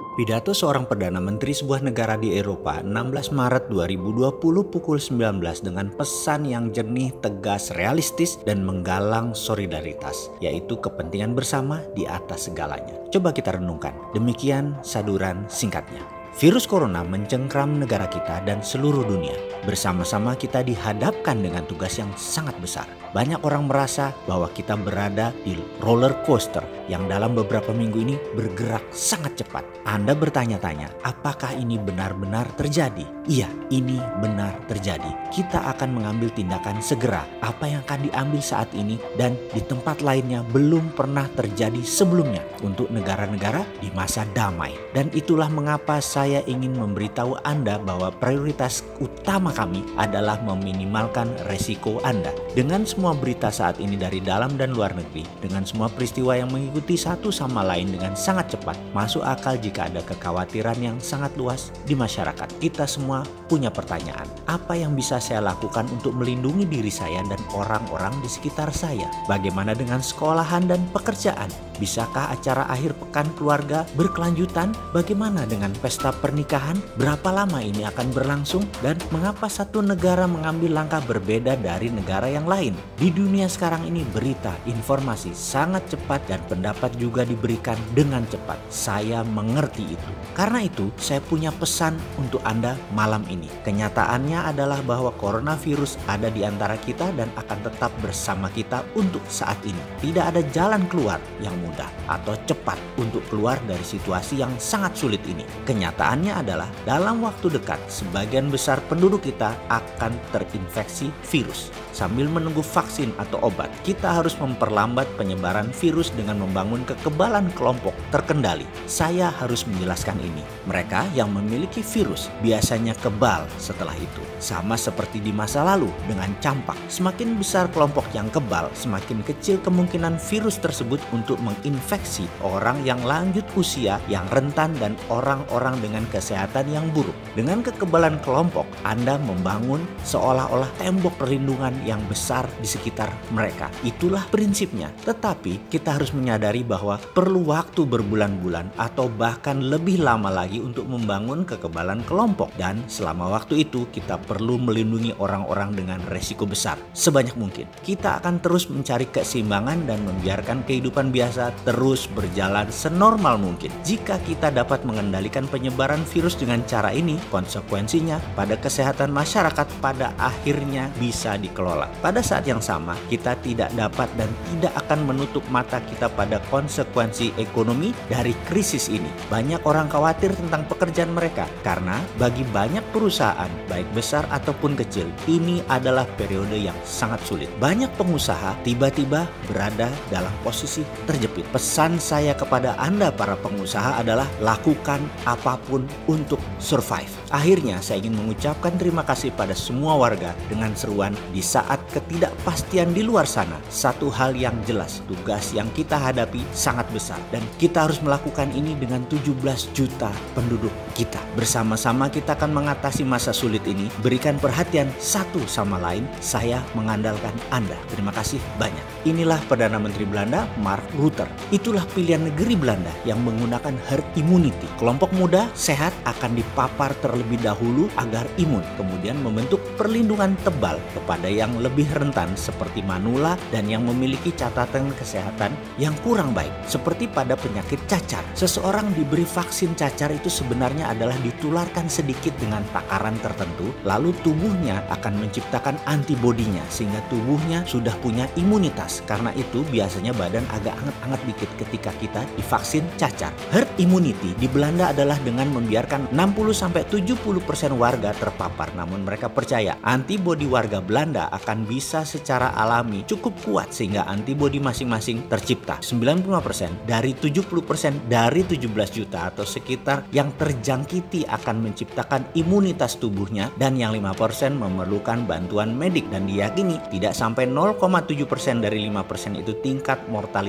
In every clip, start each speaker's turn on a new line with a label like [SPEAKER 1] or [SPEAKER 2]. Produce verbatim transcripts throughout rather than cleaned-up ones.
[SPEAKER 1] Pidato seorang Perdana Menteri sebuah negara di Eropa enam belas Maret dua ribu dua puluh pukul sembilan belas dengan pesan yang jernih, tegas, realistis, dan menggalang solidaritas, yaitu kepentingan bersama di atas segalanya. Coba kita renungkan, demikian saduran singkatnya. Virus corona mencengkram negara kita dan seluruh dunia. Bersama-sama kita dihadapkan dengan tugas yang sangat besar. Banyak orang merasa bahwa kita berada di roller coaster yang dalam beberapa minggu ini bergerak sangat cepat. Anda bertanya-tanya, apakah ini benar-benar terjadi? Iya, ini benar terjadi. Kita akan mengambil tindakan segera. Apa yang akan diambil saat ini dan di tempat lainnya belum pernah terjadi sebelumnya untuk negara-negara di masa damai. Dan itulah mengapa saya ingin memberitahu Anda bahwa prioritas utama kami adalah meminimalkan resiko Anda. Dengan semua berita saat ini dari dalam dan luar negeri, dengan semua peristiwa yang mengikuti satu sama lain dengan sangat cepat, masuk akal jika ada kekhawatiran yang sangat luas di masyarakat. Kita semua punya pertanyaan, apa yang bisa saya lakukan untuk melindungi diri saya dan orang-orang di sekitar saya? Bagaimana dengan sekolahan dan pekerjaan? Bisakah acara akhir pekan keluarga berkelanjutan? Bagaimana dengan pesta pernikahan? Berapa lama ini akan berlangsung? Dan mengapa satu negara mengambil langkah berbeda dari negara yang lain? Di dunia sekarang ini berita, informasi sangat cepat dan pendapat juga diberikan dengan cepat. Saya mengerti itu. Karena itu, saya punya pesan untuk Anda malam ini. Kenyataannya adalah bahwa coronavirus ada di antara kita dan akan tetap bersama kita untuk saat ini. Tidak ada jalan keluar yang mudah atau cepat untuk keluar dari situasi yang sangat sulit ini. Kenyataannya adalah dalam waktu dekat, sebagian besar penduduk kita akan terinfeksi virus. Sambil menunggu vaksin atau obat, kita harus memperlambat penyebaran virus dengan membangun kekebalan kelompok terkendali. Saya harus menjelaskan ini. Mereka yang memiliki virus biasanya kebal setelah itu. Sama seperti di masa lalu dengan campak. Semakin besar kelompok yang kebal, semakin kecil kemungkinan virus tersebut untuk menginfeksi orang yang lanjut usia, yang rentan, dan orang-orang dengan kesehatan yang buruk. Dengan kekebalan kelompok, Anda membangun seolah-olah tembok perlindungan yang besar di sekitar mereka. Itulah prinsipnya. Tetapi kita harus menyadari bahwa perlu waktu berbulan-bulan atau bahkan lebih lama lagi untuk membangun kekebalan kelompok. Dan selama waktu itu kita perlu melindungi orang-orang dengan resiko besar sebanyak mungkin. Kita akan terus mencari keseimbangan dan membiarkan kehidupan biasa terus berjalan senormal mungkin. Jika kita dapat mengendalikan penyebaran virus dengan cara ini, konsekuensinya pada kesehatan masyarakat pada akhirnya bisa dikelola. Pada saat yang sama, kita tidak dapat dan tidak akan menutup mata kita pada konsekuensi ekonomi dari krisis ini. Banyak orang khawatir tentang pekerjaan mereka karena bagi banyak perusahaan, baik besar ataupun kecil, ini adalah periode yang sangat sulit. Banyak pengusaha tiba-tiba berada dalam posisi terjepit. Pesan saya kepada Anda para pengusaha adalah lakukan apapun untuk survive. Akhirnya saya ingin mengucapkan terima kasih pada semua warga dengan seruan di saat ketidakpastian di luar sana. Satu hal yang jelas, tugas yang kita hadapi sangat besar dan kita harus melakukan ini dengan tujuh belas juta penduduk kita. Bersama-sama kita akan mengatasi masa sulit ini. Berikan perhatian satu sama lain. Saya mengandalkan Anda. Terima kasih banyak. Inilah Perdana Menteri Belanda, Mark Rutte. Itulah pilihan negeri Belanda yang menggunakan herd immunity. Kelompok muda sehat akan dipapar terlebih dahulu agar imun, kemudian membentuk perlindungan tebal kepada yang lebih rentan seperti manula dan yang memiliki catatan kesehatan yang kurang baik seperti pada penyakit cacar. Seseorang diberi vaksin cacar itu sebenarnya adalah ditularkan sedikit dengan takaran tertentu, lalu tubuhnya akan menciptakan antibodinya sehingga tubuhnya sudah punya imunitas. Karena itu biasanya badan agak hangat-hangat dikit ketika kita divaksin cacar. Herd immunity di Belanda adalah dengan membiarkan enam puluh sampai tujuh puluh persen warga terpapar, namun mereka percaya antibodi warga Belanda akan bisa secara alami cukup kuat sehingga antibodi masing-masing tercipta. sembilan puluh lima persen dari tujuh puluh persen dari tujuh belas juta atau sekitar yang terjangkiti akan menciptakan imunitas tubuhnya, dan yang lima persen memerlukan bantuan medik, dan diyakini tidak sampai nol koma tujuh persen dari lima persen itu tingkat mortalitasnya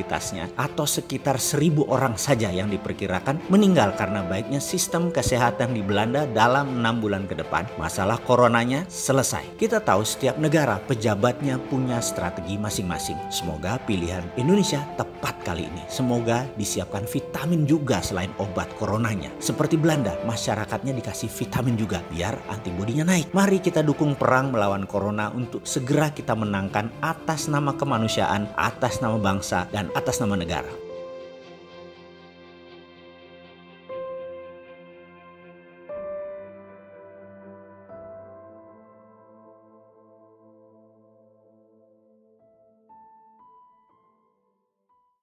[SPEAKER 1] atau sekitar seribu orang saja yang diperkirakan meninggal karena baiknya sistem kesehatan di Belanda dalam enam bulan ke depan, masalah coronanya selesai. Kita tahu setiap negara pejabatnya punya strategi masing-masing. Semoga pilihan Indonesia tepat kali ini. Semoga disiapkan vitamin juga selain obat coronanya. Seperti Belanda, masyarakatnya dikasih vitamin juga biar antibodinya naik. Mari kita dukung perang melawan corona untuk segera kita menangkan atas nama kemanusiaan, atas nama bangsa, dan atas nama negara.